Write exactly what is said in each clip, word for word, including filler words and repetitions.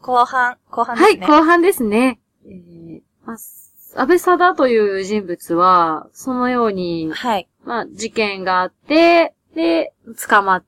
後半、後半ですね。 はい、後半ですね。えーまあ、安倍貞という人物は、そのように、 はい。 まあ、事件があって、で、捕まって、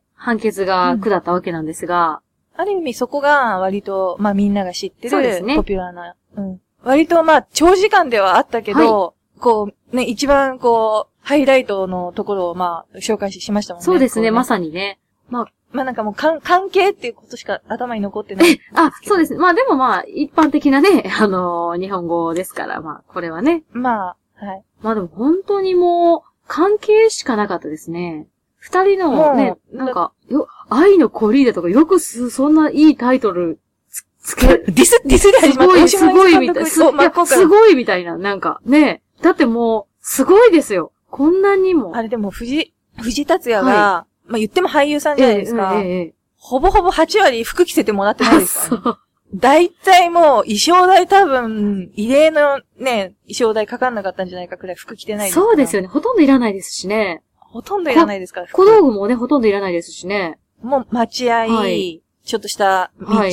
判決が下ったわけなんですが、 うん、ある意味そこが割と、まあみんなが知ってる、 そうですね、 ポピュラーな、うん。割とまあ長時間ではあったけど、はい、こう、ね、一番こう、ハイライトのところをまあ紹介しましたもんね。 そうですね、 ねまさにね。まあ、 まあなんかもう関係っていうことしか頭に残ってない。 あ、そうですね。まあでもまあ、一般的なね、あのー、日本語ですから、まあ、これはね。 まあ、はい。 まあでも本当にもう、関係しかなかったですね。二人のね、なんか、よ、愛のコリーダとかよくす、そんないいタイトルつ、つけ、 ディス、ディスで始まった。 すごい、すごいみたいな。す, いやすごいみたいな、なんか、ね。だってもう、すごいですよ。こんなにも。 あれでも、藤、藤達也が、はい、まあ言っても俳優さんじゃないですか。ええええ、ほぼほぼはち割服着せてもらってないですから、ね。そう。大体もう、衣装代多分、異例のね、衣装代かかんなかったんじゃないかくらい服着てないですから。 そうですよね。ほとんどいらないですしね。 ほとんどいらないですから。 小道具もね、ほとんどいらないですしね。 もう、待合、はい、ちょっとした道、はい、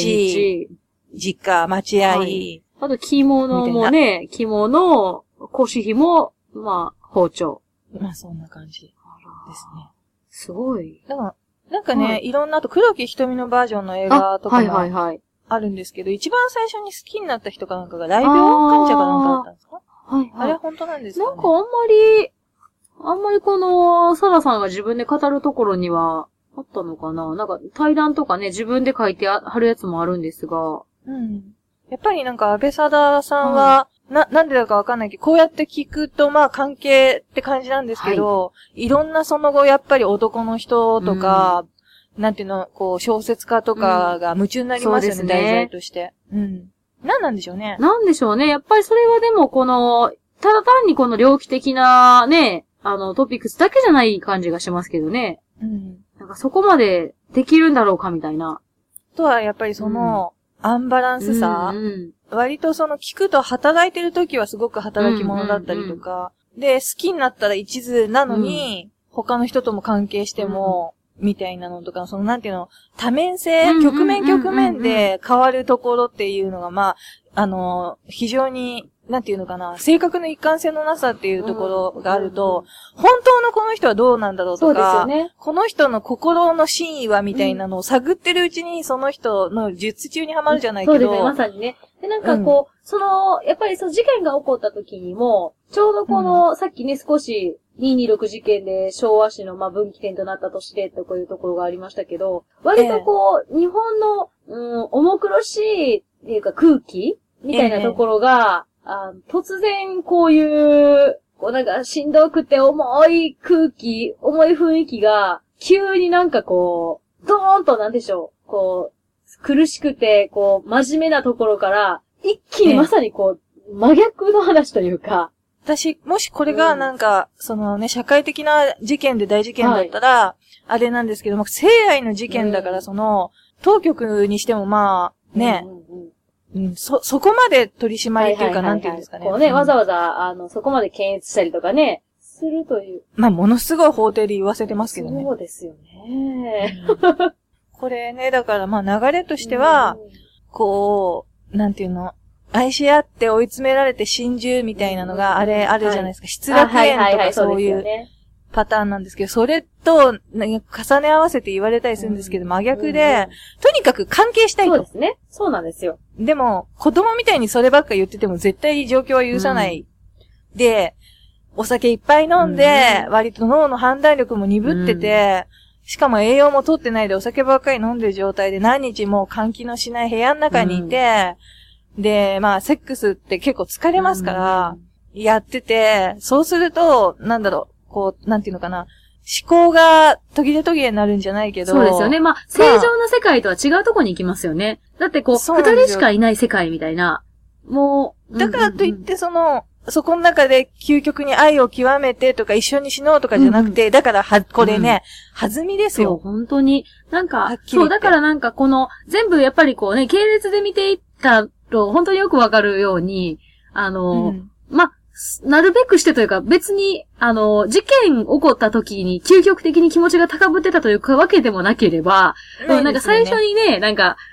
実家、待合、はい、 あと、着物もね、着物、腰紐、まあ、包丁。 まあ、そんな感じですね。 すごい。 だから、なんかね、はい、いろんな、あと、黒木瞳のバージョンの映画とかもあるんですけど、一番最初に好きになった人かなんかが、大病患者かなんかだったんですか？はいはい。あれは本当なんですかね？ なんかあんまり、あんまりこの、サラさんが自分で語るところには、あったのかな？なんか、対談とかね、自分で書いてはるやつもあるんですが。 うん。やっぱりなんか、安倍貞さんは、うん、な、なんでだかわかんないけど、こうやって聞くと、まあ、関係って感じなんですけど、はい、いろんなその後、やっぱり男の人とか、うん、なんていうの、こう、小説家とかが夢中になりますよね、うん、題材として。うん。なんなんでしょうね。 なんでしょうね。やっぱりそれはでも、この、ただ単にこの猟奇的なね、あの、トピックスだけじゃない感じがしますけどね。うん。なんかそこまでできるんだろうかみたいな。 とは、やっぱりその、うん、アンバランスさ、うんうん、割とその聞くと働いてる時はすごく働き者だったりとか、うんうんうん、で、好きになったら一途なのに、うん、他の人とも関係しても、うん、みたいなのとか、そのなんていうの、多面性、うん、局面局面で変わるところっていうのが、まあ、あの、非常に、なんていうのかな、性格の一貫性のなさっていうところがあると、うん、本当のこの人はどうなんだろうとか、そうですよね、この人の心の真意はみたいなのを探ってるうちに、その人の術中にはまるじゃないけど。 そうですね、まさにね。で、なんかこう、うん、その、やっぱりその事件が起こった時にも、ちょうどこの、うん、さっきね、少し、にーにーろく事件で昭和史のまあ分岐点となった年でというところがありましたけど、割とこう、えー、日本の、うん、重苦しいっていうか空気みたいなところが、えーあ突然こういう、こうなんかしんどくて重い空気、重い雰囲気が、急になんかこう、ドーンとなんでしょう、こう、苦しくて、こう、真面目なところから、一気にまさにこう、真逆の話というか。 私、もしこれがなんか、うん、そのね、社会的な事件で大事件だったら、はい、あれなんですけども、性愛の事件だから、その、当局にしてもまあ、ね、うんうんうんうん、そ、そこまで取り締まりっていうか、なんていうんですかね。 こうね、うん、わざわざ、あの、そこまで検閲したりとかね、するという。 まあ、ものすごい法廷で言わせてますけどね。 そうですよね。 うん、これね、だからまあ、流れとしては、うん、こう、なんていうの、愛し合って追い詰められて心中みたいなのが、あれ、あるじゃないですか。はい、失楽園とかそういうパターンなんですけど、それと、ね、重ね合わせて言われたりするんですけど、真逆で、とにかく関係したいと。 そうですね。そうなんですよ。 でも、子供みたいにそればっか言ってても絶対状況は許さない。うん、で、お酒いっぱい飲んで、うん、割と脳の判断力も鈍ってて、うん、しかも栄養も取ってないでお酒ばっかり飲んでる状態で何日も換気のしない部屋の中にいて、うん、で、まあ、セックスって結構疲れますから、うん、やってて、そうすると、なんだろう、こう、なんていうのかな、思考が途切れ途切れになるんじゃないけど。 そうですよね。まあ、正常な世界とは違うところに行きますよね。だってこう、二人しかいない世界みたいな。もう。 だからといって、その、そこの中で究極に愛を極めてとか一緒に死のうとかじゃなくて、うんうん、だからは、これね、うん、弾みですよ。 そう、本当に。なんか、そう、だからなんかこの、全部やっぱりこうね、系列で見ていったと、本当によくわかるように、あの、うん、ま、なるべくしてというか、別に、あの、事件起こった時に究極的に気持ちが高ぶってたというわけでもなければ、ね、なんか最初にね、なんか、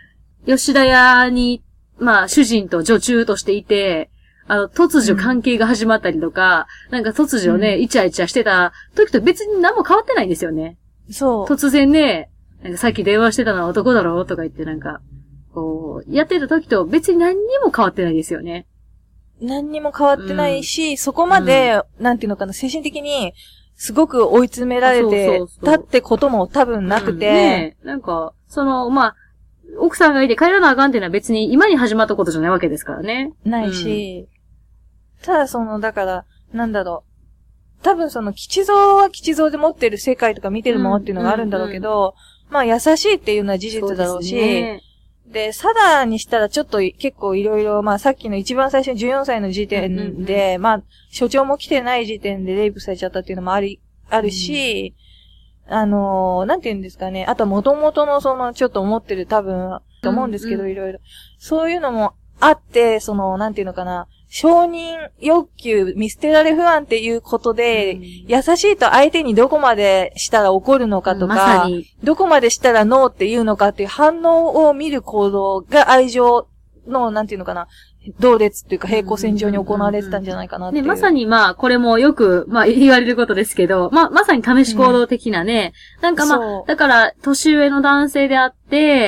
吉田屋に、まあ、主人と女中としていて、あの、突如関係が始まったりとか、うん、なんか突如ね、うん、イチャイチャしてた時と別に何も変わってないんですよね。 そう。 突然ね、なんかさっき電話してたのは男だろうとか言ってなんか、こう、やってた時と別に何にも変わってないですよね。 何にも変わってないし、うん、そこまで、うん、なんていうのかな、精神的に、すごく追い詰められてたってことも多分なくて。うんね、 なんか、その、まあ、奥さんがいて帰らなあかんっていうのは別に今に始まったことじゃないわけですからね。 ないし、うん、ただその、だから、なんだろう。多分その、吉蔵は吉蔵で持ってる世界とか見てるものっていうのがあるんだろうけど、うんうんうん、まあ優しいっていうのは事実だろうし、ね、で、サダにしたらちょっと結構いろいろ、まあさっきの一番最初にじゅうよんさいの時点で、うんうんうん、まあ、所長も来てない時点でレイプされちゃったっていうのもあり、あるし、うん、あのー、なんて言うんですかね。あとは元々のその、ちょっと思ってる多分、と思うんですけど、いろいろ。そういうのもあって、その、なんていうのかな。承認欲求、見捨てられ不安っていうことで、うん、優しいと相手にどこまでしたら怒るのかとか、うん、まさにどこまでしたらノーっていうのかっていう反応を見る行動が愛情の、なんていうのかな。同列っていうか平行線上に行われてたんじゃないかなっていう。 ね、まさにまあ、これもよく、まあ言われることですけど、まあ、まさに試し行動的なね、うん、なんかまあ、だから、年上の男性であって、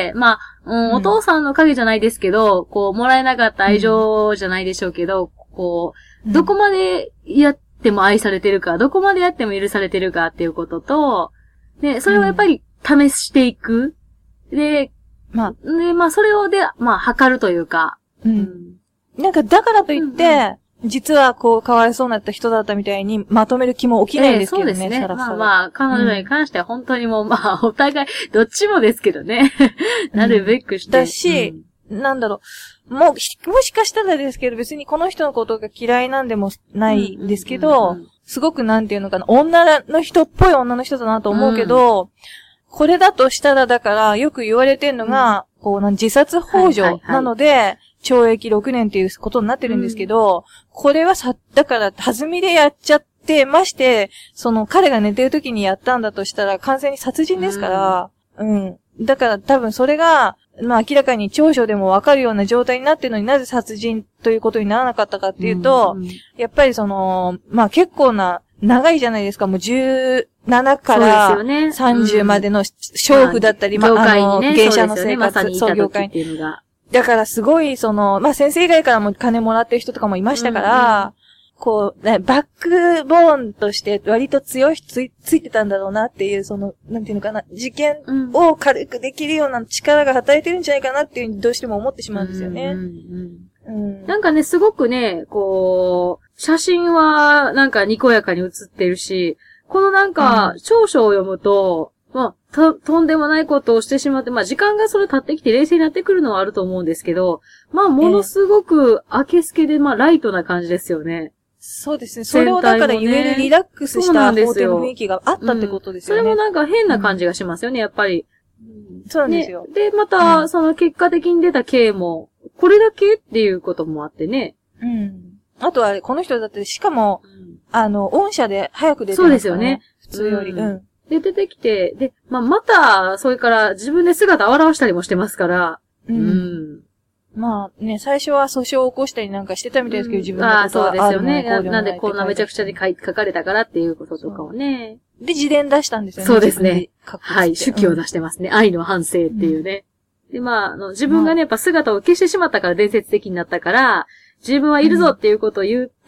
まあ、うん、お父さんの影じゃないですけど、こう、もらえなかった愛情じゃないでしょうけど、うん、こう、どこまでやっても愛されてるか、どこまでやっても許されてるかっていうことと、で、それをやっぱり試していく。で、まあ、で、まあ、それをで、まあ、測るというか、 うん。なんか、だからといって、うんうん実はこう、かわいそうなった人だったみたいにまとめる気も起きないですけどね。えー、そうですね。 まあまあ、彼女に関しては本当にもう、うん、まあ、お互い、どっちもですけどね。なるべくして。 だし、うん、なんだろう。もう、もしかしたらですけど、別にこの人のことが嫌いなんでもないんですけど、すごくなんていうのかな、女の人っぽい女の人だなと思うけど、うん、これだとしたらだから、よく言われてるのが、うん、こう、自殺幇助なので、はいはいはい懲役ろくねんっていうことになってるんですけど、うん、これはさ、だから、弾みでやっちゃって、まして、その、彼が寝てる時にやったんだとしたら、完全に殺人ですから、うん、うん。だから多分それが、まあ明らかに調書でもわかるような状態になってるのになぜ殺人ということにならなかったかっていうと、うんうん、やっぱりその、まあ結構な、長いじゃないですか、もうじゅうななからさんじゅうまでの娼婦だったり、 まあ、 まあ、 あの、 芸者の生活、 まね、 そう業界に。だからすごい、その、まあ、先生以外からも金もらってる人とかもいましたから、うんうん、こう、ね、バックボーンとして割と強い人つい、ついてたんだろうなっていう、その、なんていうのかな、事件を軽くできるような力が働いてるんじゃないかなっていうふうにどうしても思ってしまうんですよね。うんうんうん、 なんかね、すごくね、こう、写真はなんかにこやかに写ってるし、このなんか、調書を読むと、まあ、と、とんでもないことをしてしまって、まあ、時間がそれ経ってきて冷静になってくるのはあると思うんですけど、まあ、ものすごく明けすけで、まあ、ライトな感じですよね。 そうですね。それをだから言えるリラックスした法廷の雰囲気があったってことですよね。 うん、それもなんか変な感じがしますよね、やっぱり。 うん、そうなんですよ。 ね、で、また、うん、その結果的に出た刑も、これだけっていうこともあってね。 うん。あとは、この人だって、しかも、うん、あの、御社で早く出てますからね。 そうですよね。普通より。うん。うんで、出てきて、で、まあ、また、それから自分で姿を現したりもしてますから、 うん。うん、まあね、最初は訴訟を起こしたりなんかしてたみたいですけど、うん、自分のことは。ああ、 そうですよね。な, なんでこんなめちゃくちゃに書書かれたからっていうこととかをね。 で、自伝出したんですよね。 そうですね。はい、手記を出してますね。うん、愛の反省っていうね。うん、で、まあ、あの、自分がね、やっぱ姿を消してしまったから伝説的になったから、自分はいるぞっていうことを言って、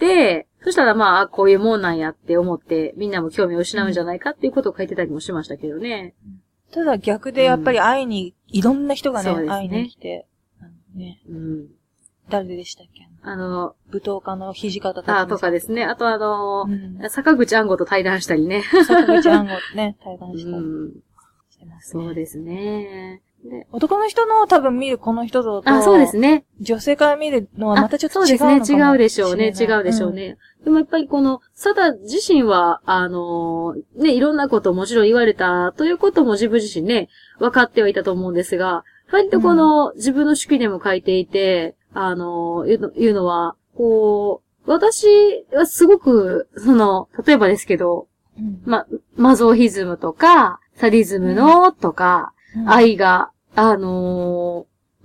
うんそしたらまあ、こういうもんなんやって思って、みんなも興味を失うんじゃないかっていうことを書いてたりもしましたけどね。 ただ逆でやっぱり会いに、うん、いろんな人がね、ね会いに来て、ね、うん。誰でしたっけあの、 舞踏家の土方たち。 あとかですね。あとあの、うん、坂口安吾と対談したりね。 坂口安吾とね、対談したり、うん、 してますね。そうですね。 で男の人の多分見るこの人と、 あ、そうですね。 女性から見るのはまたちょっと違うのかもそうですね。違うでしょうね。違うでしょうね。うん、でもやっぱりこの、サダ自身は、あのー、ね、いろんなことをもちろん言われたということも自分自身ね、分かってはいたと思うんですが、割とこの、自分の手記でも書いていて、あのー、いうの、いうのは、こう、私はすごく、その、例えばですけど、うん、ま、マゾーヒズムとか、サディズムの、とか、うん、愛が、あのー、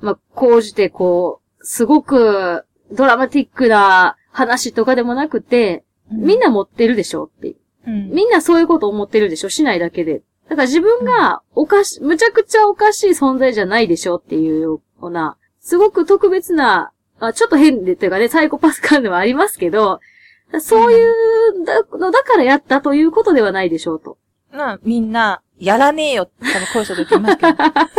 まあ、こうじてこう、すごくドラマティックな話とかでもなくて、うん、みんな持ってるでしょっていう、うん。みんなそういうこと思ってるでしょしないだけで。だから自分がおかし、むちゃくちゃおかしい存在じゃないでしょっていうような、すごく特別な、まあ、ちょっと変でというかね、サイコパス感ではありますけど、そういうのだからやったということではないでしょうと。 まあ、みんな、やらねえよって多分声そで言いますけど。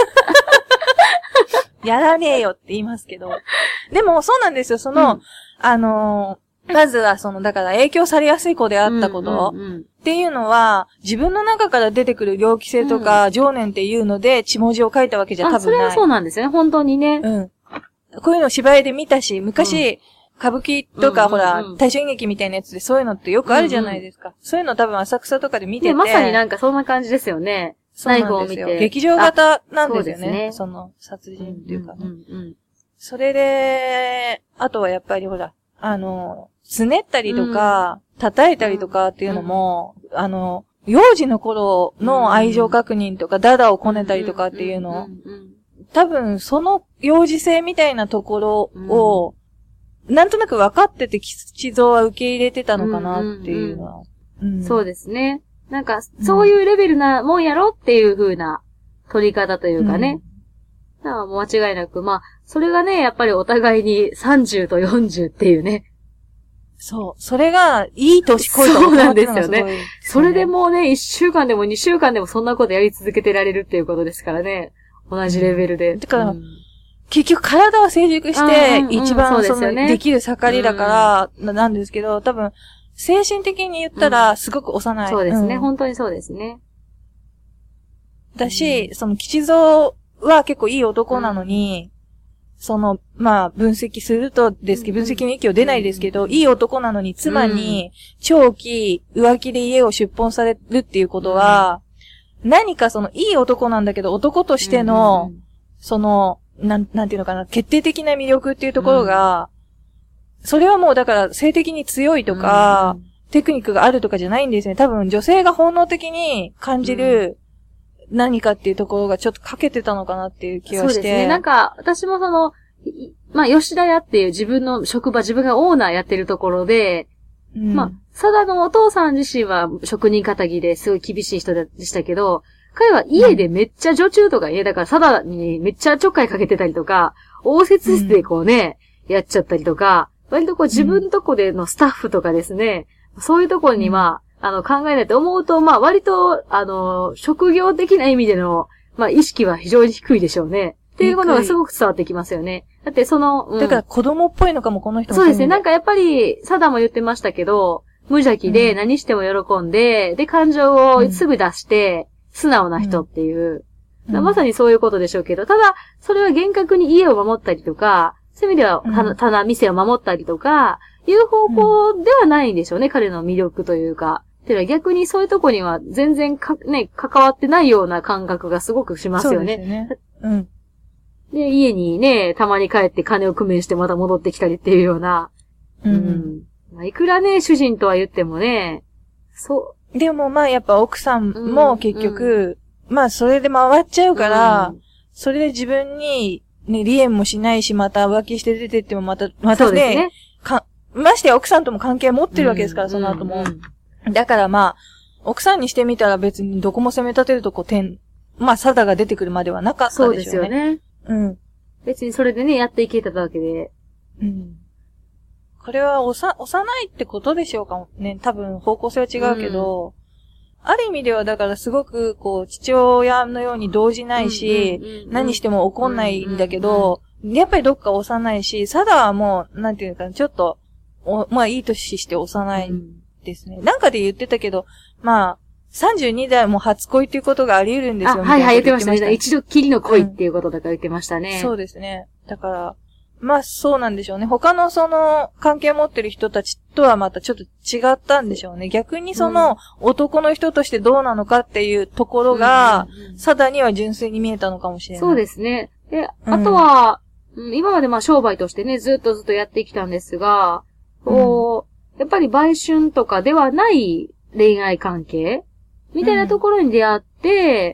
やらねえよって言いますけど。でも、そうなんですよ。その、うん、あのー、まずはその、だから影響されやすい子であったこと、うんうんうん、っていうのは、自分の中から出てくる猟奇性とか、うん、情念っていうので、血文字を書いたわけじゃ多分ない。あ、それはそうなんですよね。本当にね。 うん。こういうのを芝居で見たし、昔、うん、歌舞伎とか、うん、ほら、大衆演劇みたいなやつでそういうのってよくあるじゃないですか。うんうん、そういうの多分浅草とかで見てて。 まさになんかそんな感じですよね。ナイフを見て。 劇場型なんですよね。そうですね。その、殺人っていうかね。うんうんうん、それで、あとはやっぱりほら、あの、つねったりとか、うん、叩いたりとかっていうのも、うん、あの、幼児の頃の愛情確認とか、ダダをこねたりとかっていうの、多分その幼児性みたいなところを、うん、なんとなく分かってて吉蔵は受け入れてたのかなっていうのは。 うんうん、そうですね。なんか、そういうレベルなもんやろっていう風な取り方というかね。うん、だからもう間違いなく、まあ、それがね、やっぱりお互いにさんじゅうとよんじゅうっていうね。 そう。それが、いい年こいとそうなんですよね。それでもうね、いっしゅうかんでもにしゅうかんでもそんなことやり続けてられるっていうことですからね。同じレベルで。うん、 だから、うん、結局体は成熟して、一番その、できる盛りだから、なんですけど、多分、精神的に言ったら、すごく幼い、 うん。そうですね、うん。本当にそうですね。 だし、その、吉蔵は結構いい男なのに、うん、その、まあ、分析するとですけど、分析の域を出ないですけど、うん、いい男なのに妻に、長期、浮気で家を出奔されるっていうことは、うん、何かその、いい男なんだけど、男としての、うん、その、なん、なんていうのかな、決定的な魅力っていうところが、うん、それはもうだから性的に強いとか、うん、テクニックがあるとかじゃないんですね。多分女性が本能的に感じる何かっていうところがちょっと欠けてたのかなっていう気がして。そうですね。 なんか、私もその、まあ、吉田屋っていう自分の職場、自分がオーナーやってるところで、うん、まあ、佐田のお父さん自身は職人仇ですごい厳しい人でしたけど、彼は家でめっちゃ女中とか、家だから佐田にめっちゃちょっかいかけてたりとか、応接室でこうね、うん、やっちゃったりとか、割とこう自分とこでのスタッフとかですね、うん、そういうところにまあ、あの考えないと思うと、まあ割と、あの、職業的な意味での、まあ意識は非常に低いでしょうね。っていうものがすごく伝わってきますよね。だってその、 うん、だから子供っぽいのかも、この人も。 そうですね。なんかやっぱり、佐田も言ってましたけど、無邪気で何しても喜んで、うん、で、感情をすぐ出して、素直な人っていう、うん、まさにそういうことでしょうけど、ただ、それは厳格に家を守ったりとか、そういう意味では、うん、棚、店を守ったりとか、いう方向ではないんでしょうね、うん、彼の魅力というか。っていうのは逆にそういうとこには全然か、ね、関わってないような感覚がすごくしますよね。そうですね。うん。で、家にね、たまに帰って金を工面してまた戻ってきたりっていうような。うん。うん、まあ、いくらね、主人とは言ってもね、そう。 でもまあやっぱ奥さんも結局、うん、まあそれで回っちゃうから、うん、それで自分にね、離縁もしないし、また浮気して出てってもまた、また ね, ねか、ましてや奥さんとも関係持ってるわけですから、うん、その後も。うんうん、だからまあ、奥さんにしてみたら別にどこも攻め立てるとこ点、まあ、サダが出てくるまではなかったでしょうね。そうですよね。うん。 別にそれでね、やっていけたわけで。 うん。これはおさ、幼いってことでしょうかもね。多分方向性は違うけど、うん、ある意味ではだからすごくこう、父親のように動じないし、うんうんうんうん、何しても怒んないんだけど、うんうんうん、やっぱりどっか幼いし、サダはもう、なんていうか、ちょっと、おまあいい年して幼いですね。うん、なんかで言ってたけど、まあ、さんじゅうに代も初恋っていうことがあり得るんですよ。 はいはい、言ってましたね。一度きりの恋っていうことだから言ってましたね。 うん、そうですね。だから、まあそうなんでしょうね。他のその関係を持ってる人たちとはまたちょっと違ったんでしょうね。逆にその男の人としてどうなのかっていうところが、サダには純粋に見えたのかもしれない。 そうですね。で、あとは、うん、今までまあ商売としてね、ずっとずっとやってきたんですが、こう、うん、やっぱり売春とかではない恋愛関係みたいなところに出会って、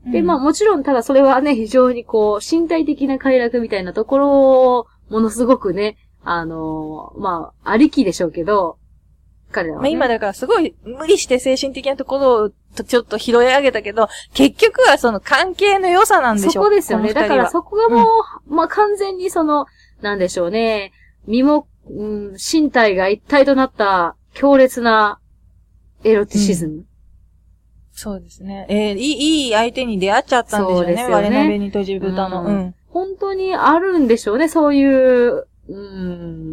で、まあもちろん、ただそれはね、非常にこう、身体的な快楽みたいなところを、ものすごくね、あのー、まあ、ありきでしょうけど、彼らは、ね。 まあ今だからすごい無理して精神的なところをちょっと拾い上げたけど、結局はその関係の良さなんでしょ。 そこですよね。だからそこがもう、うん、まあ完全にその、なんでしょうね。身も、うん、身体が一体となった強烈なエロティシズム。うん、 そうですね。えー、いい、いい相手に出会っちゃったんでしょうね。そうですよね。我鍋にとじ豚の、うん。うん。 本当にあるんでしょうね。そういう、うん、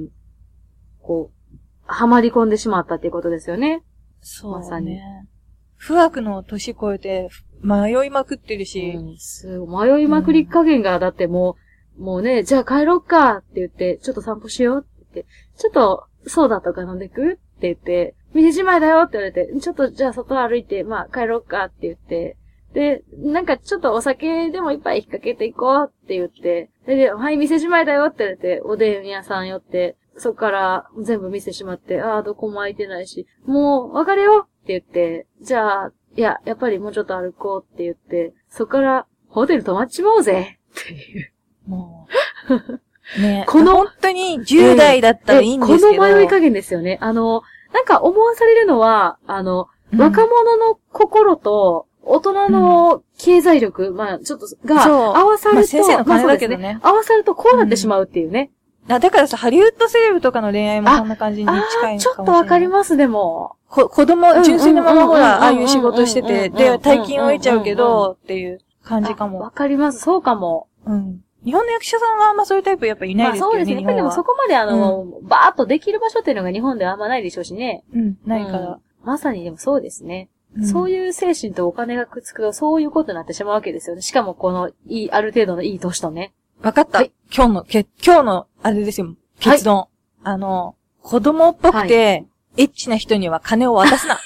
こう、はまり込んでしまったっていうことですよね。 そうですね。まさに。不惑の年越えて迷いまくってるし。 うん、すごい迷いまくり加減が、だってもう、うん、もうね、じゃあ帰ろっかって言って、ちょっと散歩しようって言って、ちょっとソーダとか飲んでくって言って、店じまいだよって言われて、ちょっとじゃあ外歩いて、まあ帰ろっかって言って、で、なんかちょっとお酒でも一杯引っ掛けていこうって言って、で、はい、店じまいだよって言われて、おでん屋さん寄って、そっから全部店しまって、ああ、どこも空いてないし、もう別れようって言って、じゃあ、いや、やっぱりもうちょっと歩こうって言って、そっからホテル泊まっちまおうぜっていう。もう。ねこの、本当にじゅう代だったらいいんですけど、 この迷い加減ですよね。あの、なんか思わされるのは、あの、うん、若者の心と、大人の経済力、うん、まあちょっと、が、合わさると、まあ、 先生の金だけどね、 まあ、ね。合わさるとこうなってしまうっていうね。 うん、あだからさ、ハリウッドセレブとかの恋愛もそんな感じに近いのかもしれない。 あ、ちょっとわかります、でも。 こ、子供、純粋なままほら、ああいう仕事してて、で、大金を得ちゃうけど、っていう感じかも。 わかります、そうかも。 うん。日本の役者さんはあんまそういうタイプやっぱいないですけどね。まあそうですね。 やっぱりでもそこまであの、うん、バーっとできる場所っていうのが日本ではあんまないでしょうしね。 うん、ないから。うん、 まさにでもそうですね。うん、そういう精神とお金がくっつくと、そういうことになってしまうわけですよね。しかもこの、いい、ある程度のいい年とね。 わかった。はい、今日の、け、今日の、あれですよ、結論。はい、あの、子供っぽくて、はい、エッチな人には金を渡すな。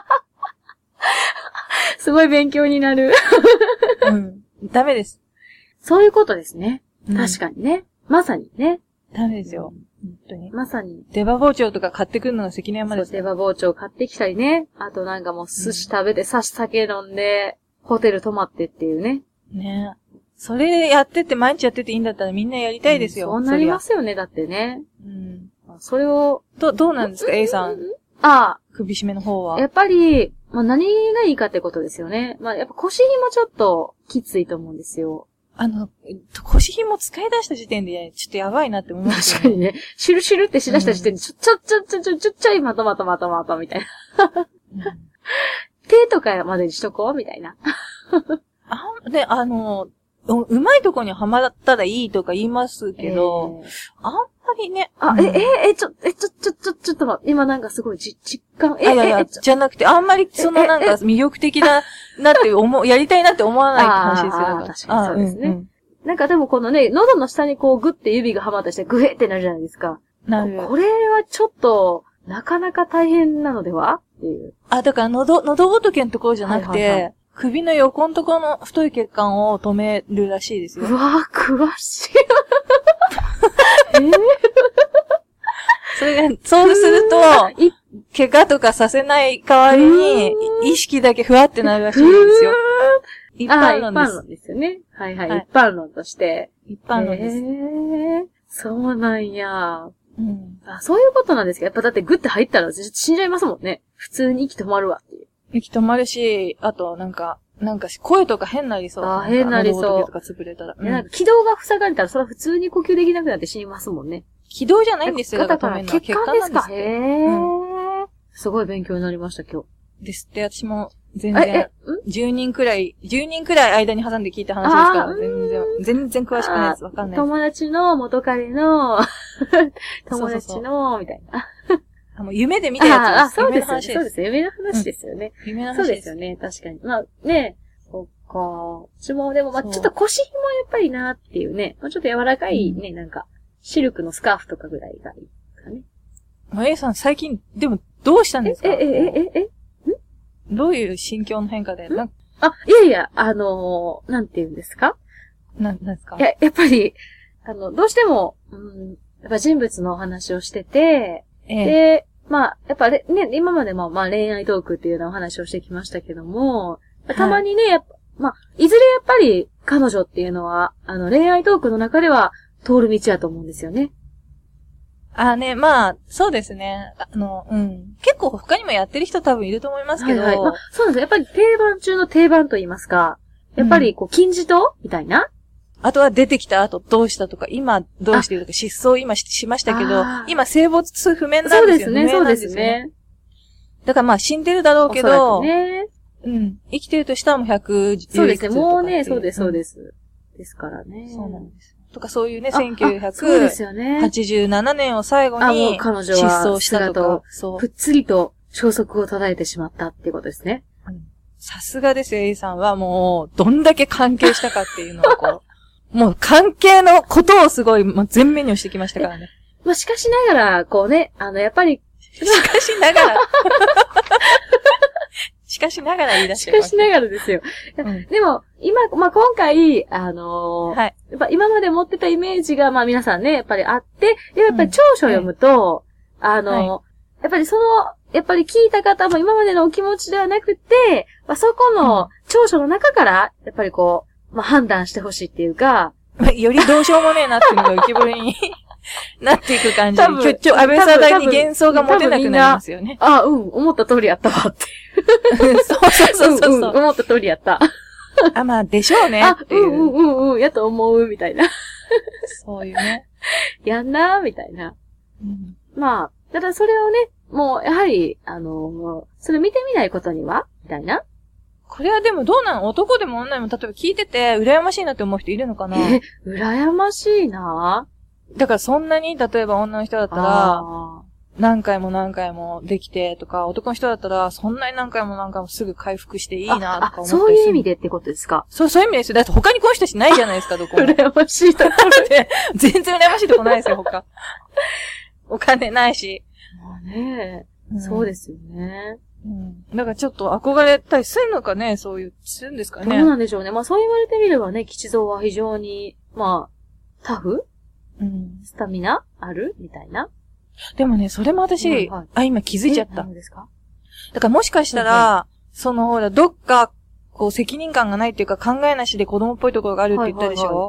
すごい勉強になる。 うん。ダメです。 そういうことですね。うん、確かにね。まさにね。 ダメですよ。本当に。 まさに。 出刃包丁とか買ってくるのが関根山です、 ね。出刃包丁買ってきたりね。あとなんかもう寿司食べて、刺し酒飲んで、ホテル泊まってっていうね。 ねそれやってて毎日やってていいんだったらみんなやりたいですよ。 うん、そうなりますよね、だってね。うん。それを。 ど、どうなんですか、A さん。 ああ。 首絞めの方は。 やっぱり、まあ何がいいかってことですよね。まあやっぱ腰紐ちょっときついと思うんですよ。 あの、腰紐使い出した時点で、ちょっとやばいなって思うんですよ、ね。確かにね。シュルシュルってしだした時点で、ちょ、ちょ、ちょ、ちょ、ちょ、ちょ、ちょい、まとまとまとまと、みたいな。うん、手とかまでにしとこうみたいな。 あ、で、あの、うまいとこにはまったらいいとか言いますけど、えー、あんまりね。 あ、え、え、え、ちょ、え、ちょ、ちょ、ちょ、ちょっと待って、今なんかすごいじ実感、 え、いやいや、じゃなくて、あんまりそのなんか魅力的だなって思う、やりたいなって思わない話ですよ。 ああ、確かにそうですね。うんうん、なんかでもこのね、喉の下にこうグッて指がはまったりしてグヘってなるじゃないですか。なる。これはちょっと、なかなか大変なのではっていう。 あ、だから喉、喉仏のところじゃなくて、はいはいはい、首の横のところの太い血管を止めるらしいですよ。 うわぁ、詳しい。 えー、それが、そうすると、怪我とかさせない代わりに、意識だけふわってなるらしいんですよ。 一般論です。一般論ですよね。はいはい。はい、一般論として。 一般論です。 へー、そうなんや。うん、あ、そういうことなんですか。やっぱだってグッて入ったら死んじゃいますもんね。普通に息止まるわっていう。 息止まるし、あとなんか、なんか声とか変なりそう。 あ、変なりそう。 喉とか潰れたら。 うん、なんか気道が塞がれたらそれは普通に呼吸できなくなって死にますもんね。 気道じゃないんですよ。 だから血管ですか。へー、うん。すごい勉強になりました今日。 ですって、私も全然、じゅうにんくらい、じゅうにんくらい間に挟んで聞いた話ですから、全然、全然詳しくないです。わかんないです。 友達の元彼の、友達の、みたいな。 あの夢で見たやつです。 ああ、そうですよね。そうです。夢の話ですよね。 うん、夢の話です。そうですよね。確かに。まあね、そっか。私もでも、まあちょっと腰紐やっぱりなっていうね。まあちょっと柔らかいね、うん、なんか、シルクのスカーフとかぐらいがいいかね。 まあ A さん最近、でもどうしたんですか？ え、え、え、え、え、 んどういう心境の変化でなんかあ、いやいや、あのー、なんて言うんですか？ な、なんですか？ いや、やっぱり、あの、どうしても、うん、やっぱ人物のお話をしてて、ええ、で、まあ、やっぱね、今までもまあ恋愛トークっていうようなお話をしてきましたけども、たまにね、やっぱまあ、いずれやっぱり彼女っていうのは、あの、恋愛トークの中では通る道やと思うんですよね。 あね、まあ、そうですね。あの、うん。結構他にもやってる人多分いると思いますけど。 はいはい。まあ、そうなんですよ。やっぱり定番中の定番と言いますか。やっぱり、こう、金字塔みたいな。 あとは出てきた後どうしたとか、今どうしているとか、失踪今 し, しましたけど、今生没不明なんですよね。 そうですね、そうですね。 だからまあ死んでるだろうけど、 おそらくね。 うん。生きてるとしたらもうひゃくじゅうそうですね、もうね、そうです、そうです。うん、ですからね。 そうなんです。とかそういうね、せんきゅうひゃくはちじゅうななねんを最後に失踪したとか、 そう。ぷっつりと消息を途絶えてしまったっていうことですね。 さすがですよ、A さんはもう、どんだけ関係したかっていうのをこう、もう関係のことをすごい、もう前面に押してきましたからね。 まあ、しかしながら、こうね、あの、やっぱり、 しかしながら、しかしながら言い出してしかしながらですよ。うん、でも、今、まあ、今回、あのー、はい。やっぱ今まで持ってたイメージが、まあ、皆さんね、やっぱりあって、で、やっぱり長所を読むと、うん、あのー、はい、やっぱりその、やっぱり聞いた方も今までのお気持ちではなくて、まあ、そこの長所の中から、やっぱりこう、まあ、判断してほしいっていうか、 よりどうしようもねえなっていうのが浮き彫りになっていく感じ。ちょ、ちょ、安倍さんに幻想が持てなくなりますよね。 あ、うん、思った通りやったわって。 そうそうそうそう、うんうん。 思った通りやった。 あ、まあ、でしょうねっていう。 うんうんうんうん、やと思う、みたいな。 そういうね。 やんな、みたいな。うん、まあ、ただそれをね、もう、やはり、あの、それ見てみないことにはみたいな。 これはでもどうなの？男でも女でも、例えば聞いてて、羨ましいなって思う人いるのかな？ え、羨ましいな？ だからそんなに、例えば女の人だったら、何回も何回もできてとか、男の人だったら、そんなに何回も何回もすぐ回復していいなとか思ったりする。 そういう意味でってことですか？ そう、そういう意味ですよ。だって他にこういう人たちないじゃないですか、どこも。 羨ましいところで。全然羨ましいとこないですよ、他。お金ないし。 まあね、うん、そうですよね。 うん。だからちょっと憧れたりするのかね、そういう、するんですかね。 どうなんでしょうね。まあそう言われてみればね、吉蔵は非常に、まあ、タフ？うん。スタミナあるみたいな。 でもね、それも私、はいはい、あ、今気づいちゃった。 何ですか？ だからもしかしたら、はいはい、そのほら、どっか、こう責任感がないっていうか考えなしで子供っぽいところがあるって言ったでしょ、はいはいはい、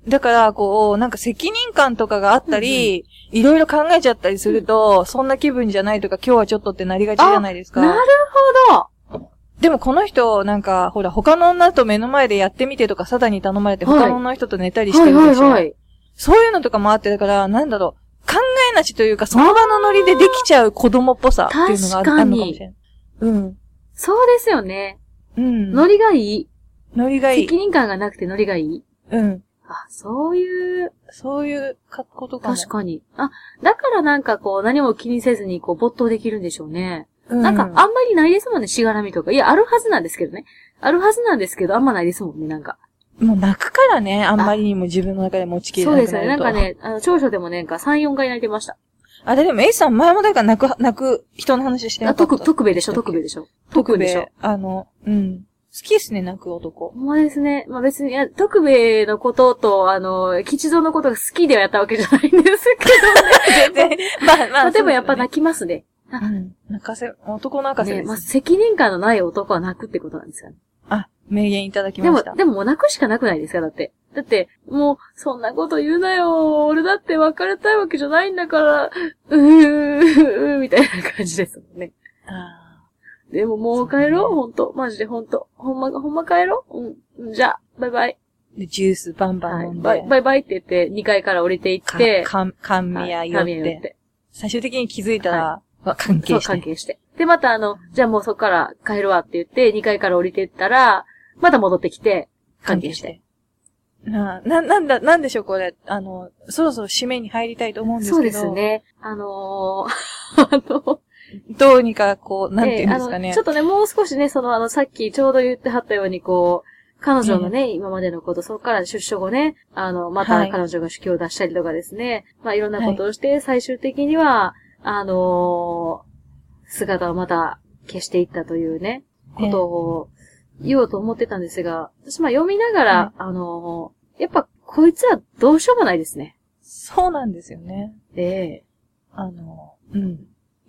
だから、こう、なんか責任感とかがあったり、うんうん、いろいろ考えちゃったりすると、うん、そんな気分じゃないとか、今日はちょっとってなりがちじゃないですか。 なるほど。 でもこの人、なんか、ほら、他の女と目の前でやってみてとか、サダに頼まれて、他の女の人と寝たりしてるでしょ、はいはいはいはい。そういうのとかもあって、だから、なんだろう、考えなしというか、その場のノリでできちゃう子供っぽさっていうのがあるのかもしれない。うん。 そうですよね。うん。ノリがいい。 ノリがいい。 責任感がなくてノリがいい。 うん。 あ、そういう、 そういうことかも。 確かに。あ、だからなんかこう何も気にせずにこう没頭できるんでしょうね。うん、なんかあんまりないですもんね、しがらみとか。いや、あるはずなんですけどね。あるはずなんですけど、あんまないですもんね、なんか。 もう泣くからね、あんまりにも自分の中で持ちきれなくなると。 そうですよね。なんかね、あの、長所でもね、なんかさん、よんかい泣いてました。 あれでも、エイさん前もだから泣く、泣く人の話してなかった。 あ、特、特兵でしょ、特兵でしょ。 特兵でしょ。あの、うん。好きですね、泣く男。 ほんまですね。まあ別に、いや、特兵のことと、あの、吉蔵のことが好きではやったわけじゃないんですけどね。全然。まあまあ、まあ、でもやっぱ泣きますね。 うん。泣かせ、男泣かせです。ね、 まあ責任感のない男は泣くってことなんですよね。 あ、名言いただきました。 でも、でももう泣くしかなくないですか、だって。だって、もう、そんなこと言うなよ。俺だって別れたいわけじゃないんだから、うー、うー、みたいな感じですもんね。あでももう帰ろう、ほんと。マジでほんと。ほんま、ほんま帰ろう。うん。じゃあ、バイバイ。 で、ジュースバンバン飲んで。 はい、バイバイバイって言って、にかいから降りていって。 か、か、甘味屋寄って。最終的に気づいたら、はい、関係して。そう、 関係して。で、またあの、じゃあもうそっから帰るわって言って、にかいから降りていったら、また戻ってきて、関係して。 な、な、なんだ、なんでしょう、これ。あの、そろそろ締めに入りたいと思うんですけど。 そうですね。あのー、あの、 どうにか、こう、なんていうんですかね、 えー。ちょっとね、もう少しね、その、あの、さっきちょうど言ってはったように、こう、彼女のね、ね今までのこと、そこから出所後ね、あの、また彼女が手記を出したりとかですね、はい、まあ、いろんなことをして、最終的には、あのー、姿をまた消していったというね、ことを言おうと思ってたんですが、私、まあ、読みながら、はい、あのー、やっぱ、こいつはどうしようもないですね。 そうなんですよね。 ええー、あの、うん。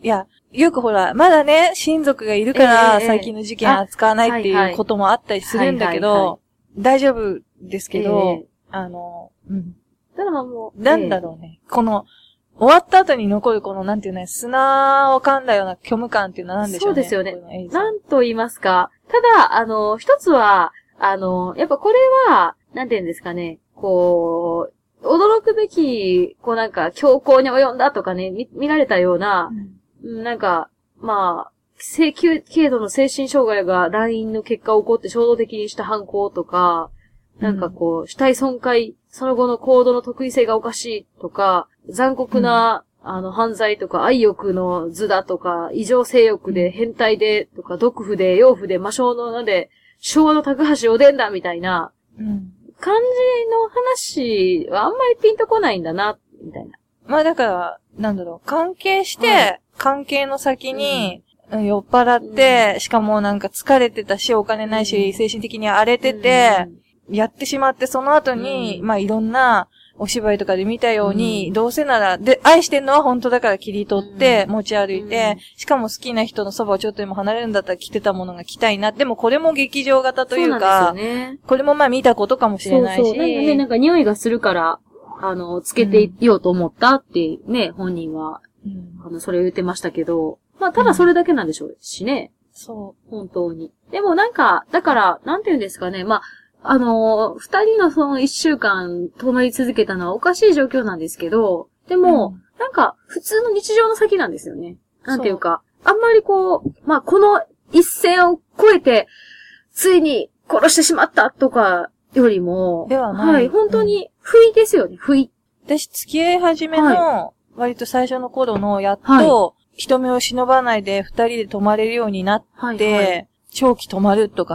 いや、よくほら、まだね、親族がいるから、最近の事件扱わないっていうこともあったりするんだけど、大丈夫ですけど、あの、うん。 ただまあもう、 なんだろうね。この、終わった後に残るこの、なんていうの、砂を噛んだような虚無感っていうのは何でしょうね。 そうですよね。なんと言いますか。ただ、あの、一つは、あの、やっぱこれは、なんていうんですかね、こう、驚くべき、こうなんか、強行に及んだとかね、見、見られたような、うん、なんか、まあ、性急軽度の精神障害が来院の結果起こって衝動的にした犯行とか、なんかこう、うん、死体損壊、その後の行動の特異性がおかしいとか、残酷な、うん、あの、犯罪とか、愛欲の図だとか、異常性欲で、変態で、とか、毒婦で、養婦で、魔性のなんで、昭和の高橋おでんだみたいな、うん、感じの話はあんまりピンとこないんだな、みたいな。 まあだから、なんだろう、関係して、はい、関係の先に、うん、酔っ払って、うん、しかもなんか疲れてたし、お金ないし、うん、精神的に荒れてて、うん、やってしまって、その後に、うん、まあいろんなお芝居とかで見たように、うん、どうせなら、で、愛してんのは本当だから切り取って、持ち歩いて、うん、しかも好きな人のそばをちょっとでも離れるんだったら着てたものが着たいな。でもこれも劇場型というか、そうなんですよね、これもまあ見たことかもしれないし。そうそう。 なんかね、なんか匂いがするから、あの、つけていようと思ったってね、うん、本人は、うん、あの、それを言ってましたけど、まあ、ただそれだけなんでしょうしね。 うん、そう。 本当に。でもなんか、だから、なんて言うんですかね、まあ、あのー、二人のその一週間泊まり続けたのはおかしい状況なんですけど、でも、うん、なんか、普通の日常の先なんですよね。なんていうか、あんまりこう、まあ、この一線を越えて、ついに殺してしまったとかよりも、 ではない。 はい、本当に、不意ですよね、不意。 私、付き合い始めの、割と最初の頃の、やっと、はい、人目を忍ばないで二人で泊まれるようになって、はいはい、長期泊まるとかって、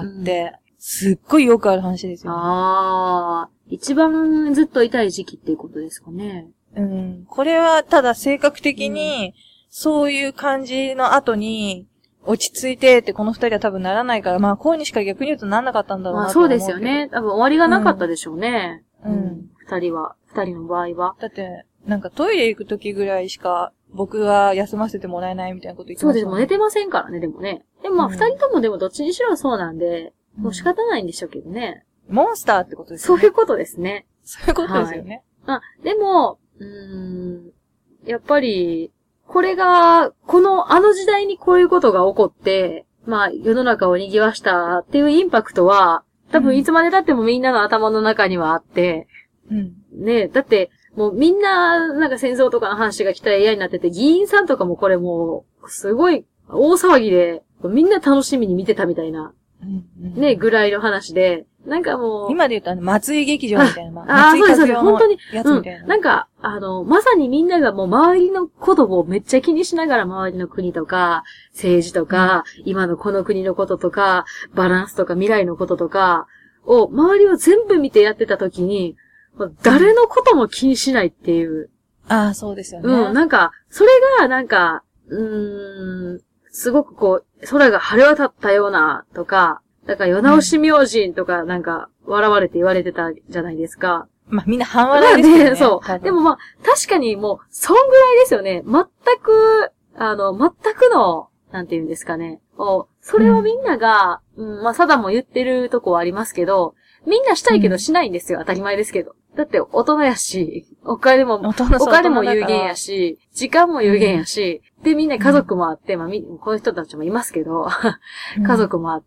うん、すっごいよくある話ですよ、ね。 ああ、一番ずっと痛い時期っていうことですかね。 うん。これはただ性格的に、そういう感じの後に、落ち着いてってこの二人は多分ならないから、まあこうにしか逆に言うとなんなかったんだろうなと思う。 まあそうですよね。多分終わりがなかったでしょうね。 うん。うん、 二人は、二人の場合は。 だって、なんかトイレ行く時ぐらいしか、僕は休ませてもらえないみたいなこと言ってました、ね。 そうです。もう寝てませんからね、でもね。でもまあ、二、うん、人ともでもどっちにしろそうなんで、もう仕方ないんでしょうけどね。 モンスターってことですよね。 そういうことですね。 そういうことですよね。 はい、あ、でも、うーん、やっぱり、これが、この、あの時代にこういうことが起こって、まあ、世の中を賑わしたっていうインパクトは、多分いつまで経ってもみんなの頭の中にはあって、うん。ね、だって、もうみんな、なんか戦争とかの話が来たら嫌になってて、議員さんとかもこれもう、すごい大騒ぎで、みんな楽しみに見てたみたいな、うんうん、ね、ぐらいの話で、なんかもう。 今で言うとあの、松井劇場みたいな。 ああ、そうです、そうです。本当に。やつみたいな、うん。なんか、あの、まさにみんながもう周りのことをめっちゃ気にしながら周りの国とか、政治とか、うん、今のこの国のこととか、バランスとか未来のこととか、を、周りを全部見てやってた時に、誰のことも気にしないっていう。 ああ、そうですよね。 うん、なんか、それが、なんか、うーん、すごくこう、空が晴れ渡ったような、とか、だから世直し明神とかなんか笑われて言われてたじゃないですか。 まあみんな半笑いですよね。 ね、そう。でもまあ確かにもう、そんぐらいですよね。全く、あの、全くの、なんて言うんですかね。それをみんなが、うん、うん、まあサダも言ってるとこはありますけど、みんなしたいけどしないんですよ。うん、当たり前ですけど。だって大人やし、お金も、お金も有限やし、時間も有限やし、うん、でみんな家族もあって、まあみ、こういう人たちもいますけど、家族もあって、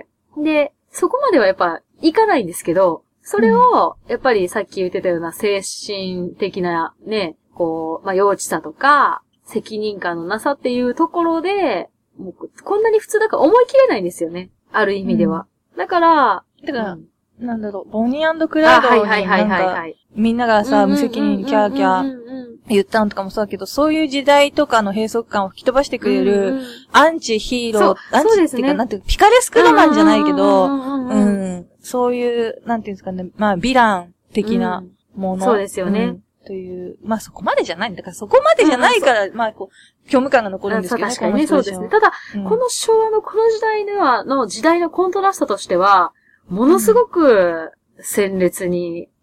で、そこまではやっぱいかないんですけど、それを、やっぱりさっき言ってたような精神的なね、こう、まあ幼稚さとか、責任感のなさっていうところで、もうこんなに普通だから思い切れないんですよね。ある意味では。うん、だから、 だから、うん、なんだろう、ボニー&クラウドになんか、みんながさ、無責任にキャーキャー言ったのとかもそうだけど、そういう時代とかの閉塞感を吹き飛ばしてくれる、うんうん、アンチヒーロー、アンチっていうか、なんていうか、ピカレスクロマンじゃないけど、うん、そういう、なんていうんですかね、まあ、ヴィラン的なもの。 そうですよね。うんという、まあそこまでじゃないんだから、そこまでじゃないから、うん、まあこう、虚無感が残るんですけどね。 確かにね、そうですね。ただ、うん、この昭和のこの時代では、の時代のコントラストとしては、ものすごく鮮烈に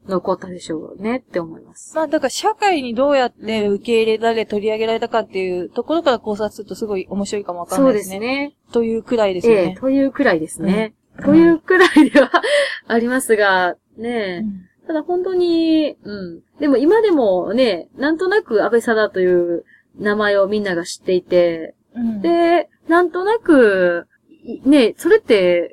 残ったでしょうねって思います。 まあだから社会にどうやって受け入れられ、取り上げられたかっていうところから考察するとすごい面白いかもわかんないですね。そうですね。というくらいですよね。 ええ、というくらいですね。うん、というくらいではありますが、ねえ、うん。ただ本当に、うん。でも今でもね、なんとなく安倍貞という名前をみんなが知っていて、うん、で、なんとなく、ね、それって、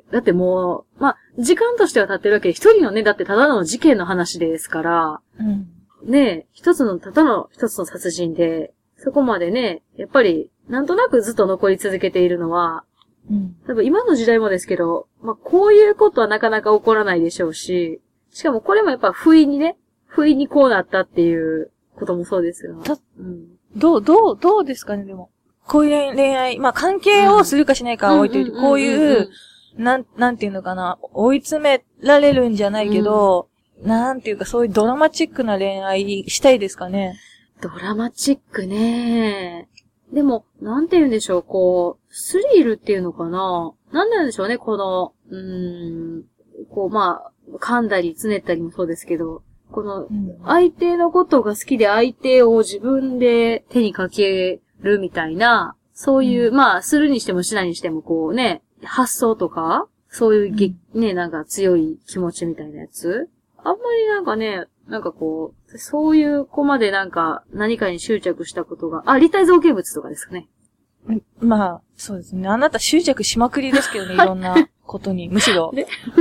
だってもう、まあ、時間としては経ってるわけで、一人のね、だってただの事件の話ですから、うん、ね、一つの、ただの一つの殺人で、そこまでね、やっぱり、なんとなくずっと残り続けているのは、うん、多分今の時代もですけど、まあ、こういうことはなかなか起こらないでしょうし、しかもこれもやっぱ不意にね、不意にこうなったっていうこともそうですよ。たうん、どう、どう、どうですかね、でも。こういう恋愛、まあ関係をするかしないかは置いといて、こういう、なん、なんていうのかな、追い詰められるんじゃないけど、うん、なんていうかそういうドラマチックな恋愛したいですかね。 ドラマチックね。でも、なんて言うんでしょう、こう、スリルっていうのかな。なんなんでしょうね、この、うーん、こう、まあ、噛んだり、つねったりもそうですけど、この、相手のことが好きで相手を自分で手にかけるみたいな、そういう、うん、まあ、するにしてもしないにしても、こうね、発想とか、そういうげ、うん、ね、なんか強い気持ちみたいなやつ。あんまりなんかね、なんかこう、そういう子までなんか何かに執着したことが、あ、立体造形物とかですかね。 まあ、そうですね。あなた執着しまくりですけどね、いろんなことに。むしろ。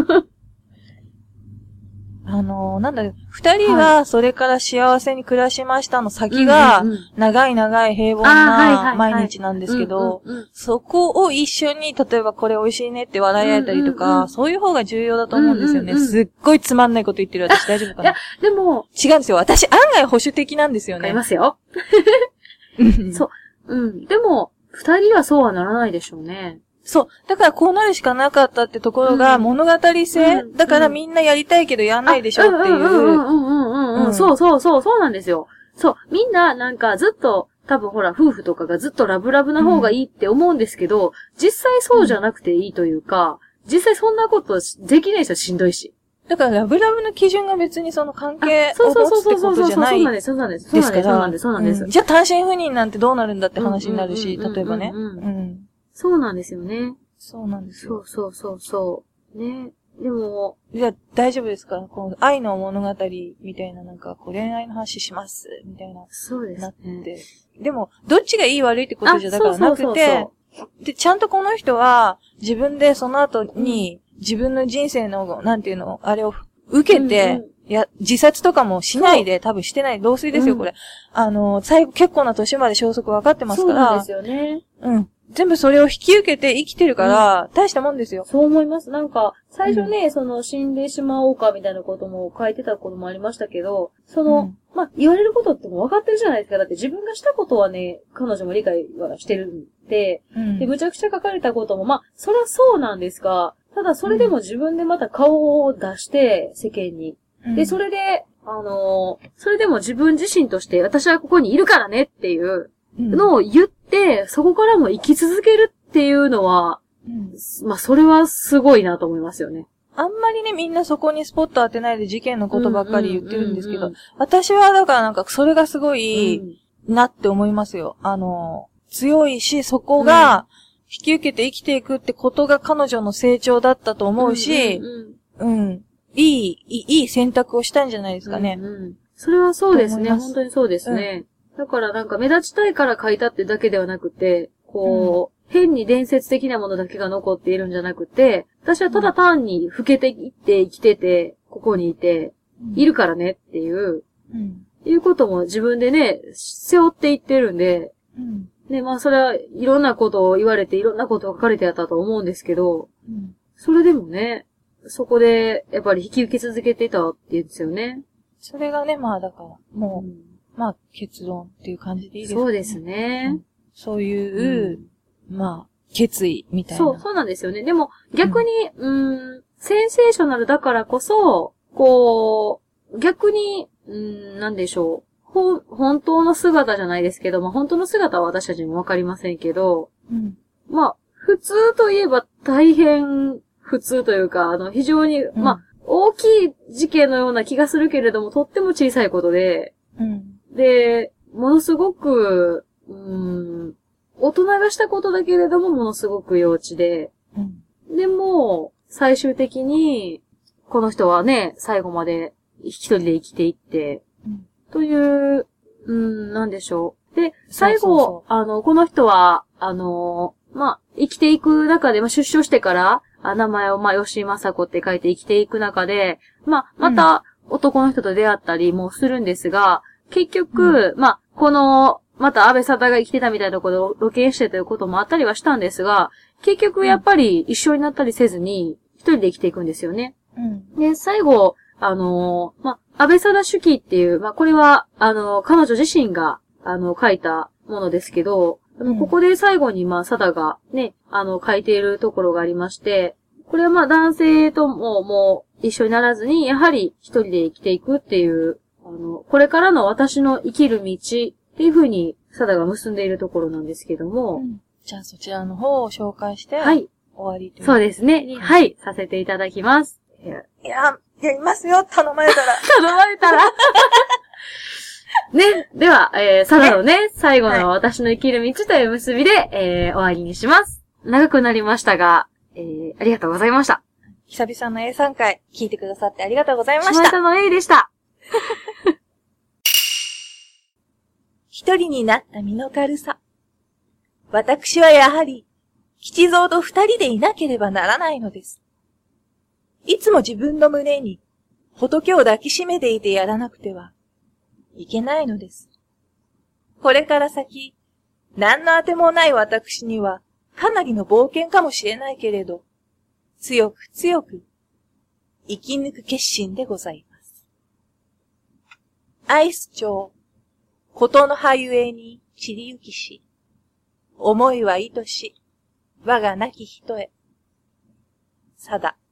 あのー、なんだろう、二人はそれから幸せに暮らしましたの先が、長い長い平凡な毎日なんですけど、そこを一緒に、例えばこれ美味しいねって笑い合えたりとか、そういう方が重要だと思うんですよね。すっごいつまんないこと言ってる私大丈夫かな。いや、 でも、 違うんですよ。私案外保守的なんですよね。 ありますよ。そう。うん。でも、二人はそうはならないでしょうね。 そう。だからこうなるしかなかったってところが物語性、うん、だからみんなやりたいけどやんないでしょっていう。うんうんうんうん。そうそうそう、そうなんですよ。そう。みんななんかずっと、多分ほら夫婦とかがずっとラブラブな方がいいって思うんですけど、うん、実際そうじゃなくていいというか、実際そんなことできない人はしんどいし。 だからラブラブの基準が別にその関係を持つってことじゃない。 そうなんです、そうなんです。そうなんです、そうなんです、そうなんです。 じゃあ単身赴任なんてどうなるんだって話になるし、例えばね。 そうなんですよね。 そうなんですよ。 そうそうそうそう。ね。でも、 じゃあ大丈夫ですか？この愛の物語みたいななんかこう恋愛の話しますみたいな。 そうですね。なって。 でも、どっちがいい悪いってことじゃだからなくて、そうそうそうそう、で、ちゃんとこの人は自分でその後に自分の人生の、なんていうの、あれを受けて、うんうん、いや、自殺とかもしないで、多分してない。同水ですよ、うん、これ。あの、最後、結構な年まで消息分かってますから。 そうですよね。 うん。全部それを引き受けて生きてるから、うん、大したもんですよ。 そう思います。なんか、最初ね、うん、その、死んでしまおうかみたいなことも書いてたこともありましたけど、その、うん、まあ、言われることってもう分かってるじゃないですか。だって自分がしたことはね、彼女も理解はしてるんで、うん、で、むちゃくちゃ書かれたことも、まあ、そりゃそうなんですが、ただそれでも自分でまた顔を出して、世間に。うん、で、それで、あのー、それでも自分自身として、私はここにいるからねっていう、のを言って、そこからも生き続けるっていうのは、うん、まあ、それはすごいなと思いますよね。 あんまりね、みんなそこにスポット当てないで事件のことばっかり言ってるんですけど、私はだからなんかそれがすごいなって思いますよ。あの、強いし、そこが引き受けて生きていくってことが彼女の成長だったと思うし、うん、うんうん、いい、いい選択をしたんじゃないですかね。うんうん、 それはそうですね。本当にそうですね。うんだからなんか目立ちたいから書いたってだけではなくて、こう、うん、変に伝説的なものだけが残っているんじゃなくて、私はただ単に老けていって生きてて、ここにいて、うん、いるからねっていう、うん、いうことも自分でね、背負っていってるんで、うん、ね、まあそれはいろんなことを言われていろんなことが書かれてやったと思うんですけど、うん、それでもね、そこでやっぱり引き受け続けていたっていうんですよね。 それがね、まあだから、もう、うんまあ、結論っていう感じでいいですかね。 そうですね。 うん、そういう、うん、まあ、決意みたいな。 そう、そうなんですよね。でも、逆に、うん、うーん、センセーショナルだからこそ、こう、逆に、うーん、なんでしょう。ほ、本当の姿じゃないですけど、まあ、本当の姿は私たちにもわかりませんけど、うん、まあ、普通といえば大変普通というか、あの、非常に、うん、まあ、 大きい事件のような気がするけれども、とっても小さいことで、 うん。 で、ものすごく、うーん、大人がしたことだけれども、ものすごく幼稚で、 うん。 でも、最終的に、この人はね、最後まで一人で生きていって、うん、という、うん、なんでしょう。で、最後、そうそうそう、あの、この人は、あの、まあ、生きていく中で、まあ、出所してから、あ名前を、まあ、吉井正子って書いて生きていく中で、まあ、また、男の人と出会ったりもするんですが、うん、結局、うん、まあ、この、また安倍沙汰が生きてたみたいなところで露見してということもあったりはしたんですが、結局やっぱり一緒になったりせずに、一人で生きていくんですよね。うん、で、最後、あのー、まあ、安倍沙汰手記っていう、まあ、これは、あのー、彼女自身が、あの、書いたものですけど、うん、ここで最後に、まあ、サダがね、あの、書いているところがありまして、これはまあ、男性とももう一緒にならずに、やはり一人で生きていくっていう、あの、これからの私の生きる道っていう風に、サダが結んでいるところなんですけども。うん、 じゃあ、そちらの方を紹介して、 はい。 終わりという。 そうですね。はい。させていただきます。 いや、やりますよ、頼まれたら。 頼まれたら。ね。では、えー、サダのね、最後の私の生きる道という結びで、えー、終わりにします。長くなりましたが、えー、ありがとうございました。 久々の エーさん 回、聞いてくださってありがとうございました。 島田の A でした。 一人になった身の軽さ。私はやはり、吉蔵と二人でいなければならないのです。いつも自分の胸に仏を抱きしめていてやらなくてはいけないのです。これから先、何のあてもない私にはかなりの冒険かもしれないけれど、強く強く生き抜く決心でございます。アイス町、ことの葉ゆえに散りゆきし、思いは愛し、我が亡き人へ。さだ。